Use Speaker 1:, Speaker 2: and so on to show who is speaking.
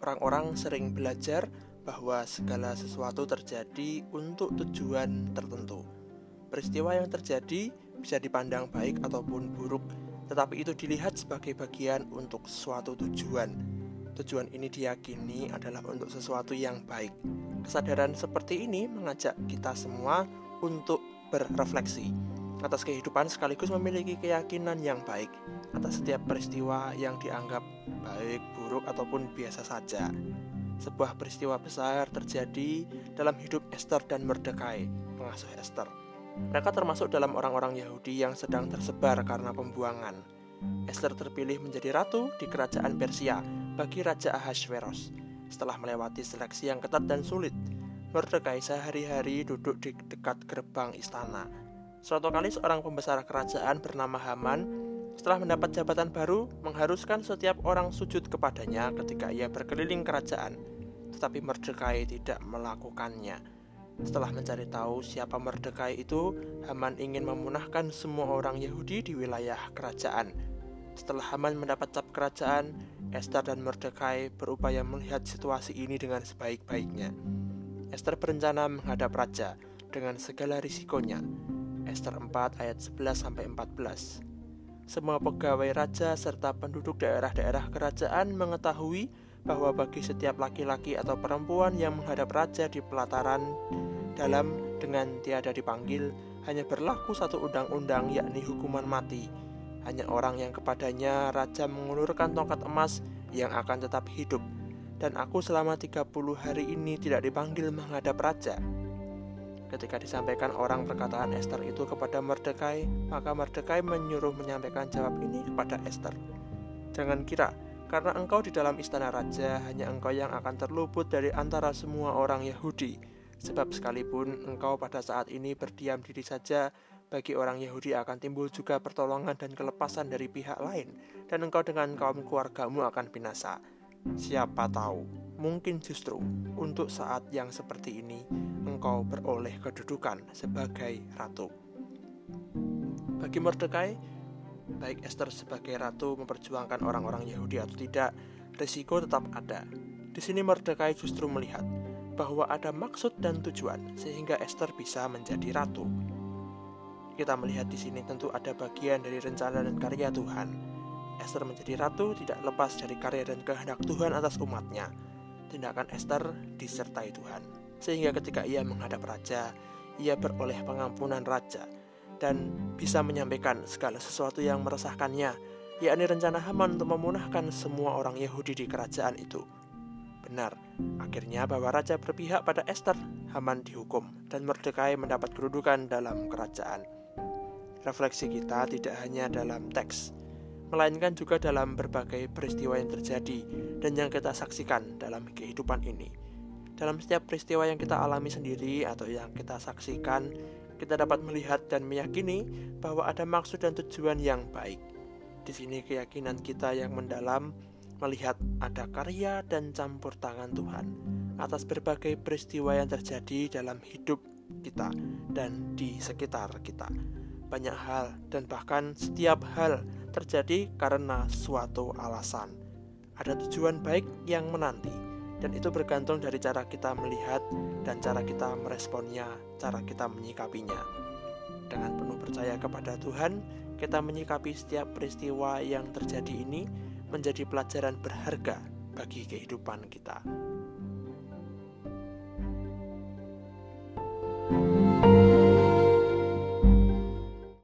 Speaker 1: orang-orang sering belajar bahwa segala sesuatu terjadi untuk tujuan tertentu. Peristiwa yang terjadi bisa dipandang baik ataupun buruk, tetapi itu dilihat sebagai bagian untuk suatu tujuan. Tujuan ini diyakini adalah untuk sesuatu yang baik. Kesadaran seperti ini mengajak kita semua untuk berrefleksi atas kehidupan sekaligus memiliki keyakinan yang baik atas setiap peristiwa yang dianggap baik, buruk, ataupun biasa saja. Sebuah peristiwa besar terjadi dalam hidup Ester dan Mordekai, pengasuh Ester. Mereka termasuk dalam orang-orang Yahudi yang sedang tersebar karena pembuangan. Ester terpilih menjadi ratu di kerajaan Persia bagi Raja Ahasveros. Setelah melewati seleksi yang ketat dan sulit, Mordekai sehari-hari duduk di dekat gerbang istana. Suatu kali seorang pembesar kerajaan bernama Haman, setelah mendapat jabatan baru, mengharuskan setiap orang sujud kepadanya ketika ia berkeliling kerajaan. Tetapi Mordekai tidak melakukannya. Setelah mencari tahu siapa Mordekai itu, Haman ingin memunahkan semua orang Yahudi di wilayah kerajaan. Setelah Haman mendapat cap kerajaan, Ester dan Mordekai berupaya melihat situasi ini dengan sebaik-baiknya. Ester berencana menghadap raja dengan segala risikonya. Ester 4 ayat 11-14. Semua pegawai raja serta penduduk daerah-daerah kerajaan mengetahui bahwa bagi setiap laki-laki atau perempuan yang menghadap raja di pelataran dalam dengan tiada dipanggil, hanya berlaku satu undang-undang, yakni hukuman mati. Hanya orang yang kepadanya raja mengulurkan tongkat emas yang akan tetap hidup. Dan aku selama 30 hari ini tidak dipanggil menghadap raja. Ketika disampaikan orang perkataan Ester itu kepada Mordekai, maka Mordekai menyuruh menyampaikan jawab ini kepada Ester. Jangan kira, karena engkau di dalam istana raja, hanya engkau yang akan terluput dari antara semua orang Yahudi. Sebab sekalipun engkau pada saat ini berdiam diri saja, bagi orang Yahudi akan timbul juga pertolongan dan kelepasan dari pihak lain, dan engkau dengan kaum keluargamu akan binasa. Siapa tahu, mungkin justru untuk saat yang seperti ini engkau beroleh kedudukan sebagai ratu. Bagi Mordekai, baik Ester sebagai ratu memperjuangkan orang-orang Yahudi atau tidak, risiko tetap ada. Di sini Mordekai justru melihat bahwa ada maksud dan tujuan sehingga Ester bisa menjadi ratu. Kita melihat di sini tentu ada bagian dari rencana dan karya Tuhan. Ester menjadi ratu tidak lepas dari karya dan kehendak Tuhan atas umatnya. Tindakan Ester disertai Tuhan, sehingga ketika ia menghadap raja, ia beroleh pengampunan raja dan bisa menyampaikan segala sesuatu yang meresahkannya, yakni rencana Haman untuk memunahkan semua orang Yahudi di kerajaan itu. Benar, akhirnya bahwa raja berpihak pada Ester, Haman dihukum, dan Mordekai mendapat kedudukan dalam kerajaan. Refleksi kita tidak hanya dalam teks, melainkan juga dalam berbagai peristiwa yang terjadi dan yang kita saksikan dalam kehidupan ini. Dalam setiap peristiwa yang kita alami sendiri atau yang kita saksikan, kita dapat melihat dan meyakini bahwa ada maksud dan tujuan yang baik. Di sini keyakinan kita yang mendalam melihat ada karya dan campur tangan Tuhan atas berbagai peristiwa yang terjadi dalam hidup kita dan di sekitar kita. Banyak hal dan bahkan setiap hal terjadi karena suatu alasan. Ada tujuan baik yang menanti, dan itu bergantung dari cara kita melihat dan cara kita meresponnya, cara kita menyikapinya. Dengan penuh percaya kepada Tuhan, kita menyikapi setiap peristiwa yang terjadi ini menjadi pelajaran berharga bagi kehidupan kita.